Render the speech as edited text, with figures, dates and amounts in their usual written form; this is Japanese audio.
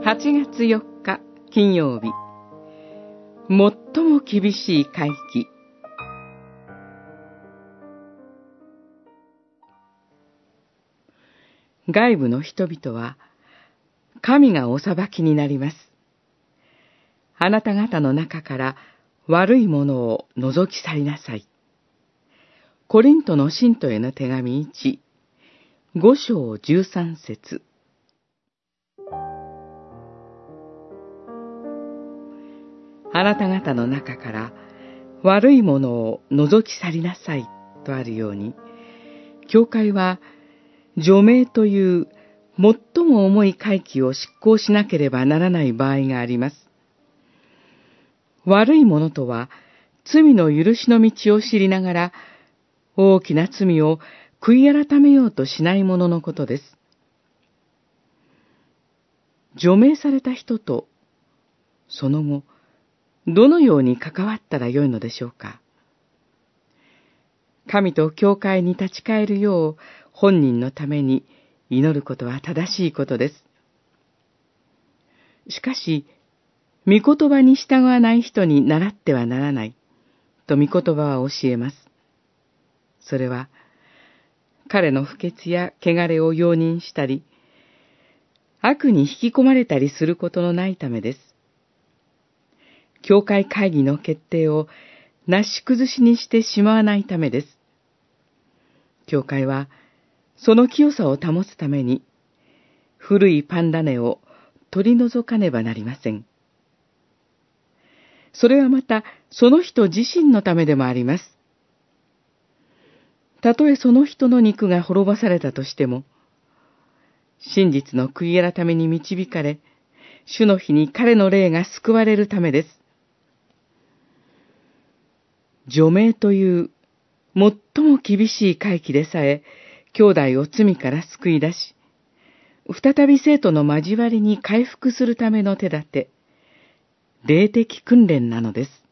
8月4日金曜日、最も厳しい会期。外部の人々は神がお裁きになります。あなた方の中から悪いものを除き去りなさい。コリントの信徒への手紙1、5章13節。あなた方の中から悪いものを除き去りなさいとあるように、教会は除名という最も重い戒期を執行しなければならない場合があります。悪いものとは、罪の許しの道を知りながら、大きな罪を悔い改めようとしないもののことです。除名された人と、その後、どのように関わったらよいのでしょうか。神と教会に立ち返るよう本人のために祈ることは正しいことです。しかし、御言葉に従わない人に倣ってはならないと御言葉は教えます。それは、彼の不潔や汚れを容認したり、悪に引き込まれたりすることのないためです。教会会議の決定をなし崩しにしてしまわないためです。教会は、その清さを保つために、古いパンダネを取り除かねばなりません。それはまた、その人自身のためでもあります。たとえその人の肉が滅ぼされたとしても、真実の悔い改めに導かれ、主の日に彼の霊が救われるためです。除名という最も厳しい戒期でさえ、兄弟を罪から救い出し、再び生徒の交わりに回復するための手立て、霊的訓練なのです。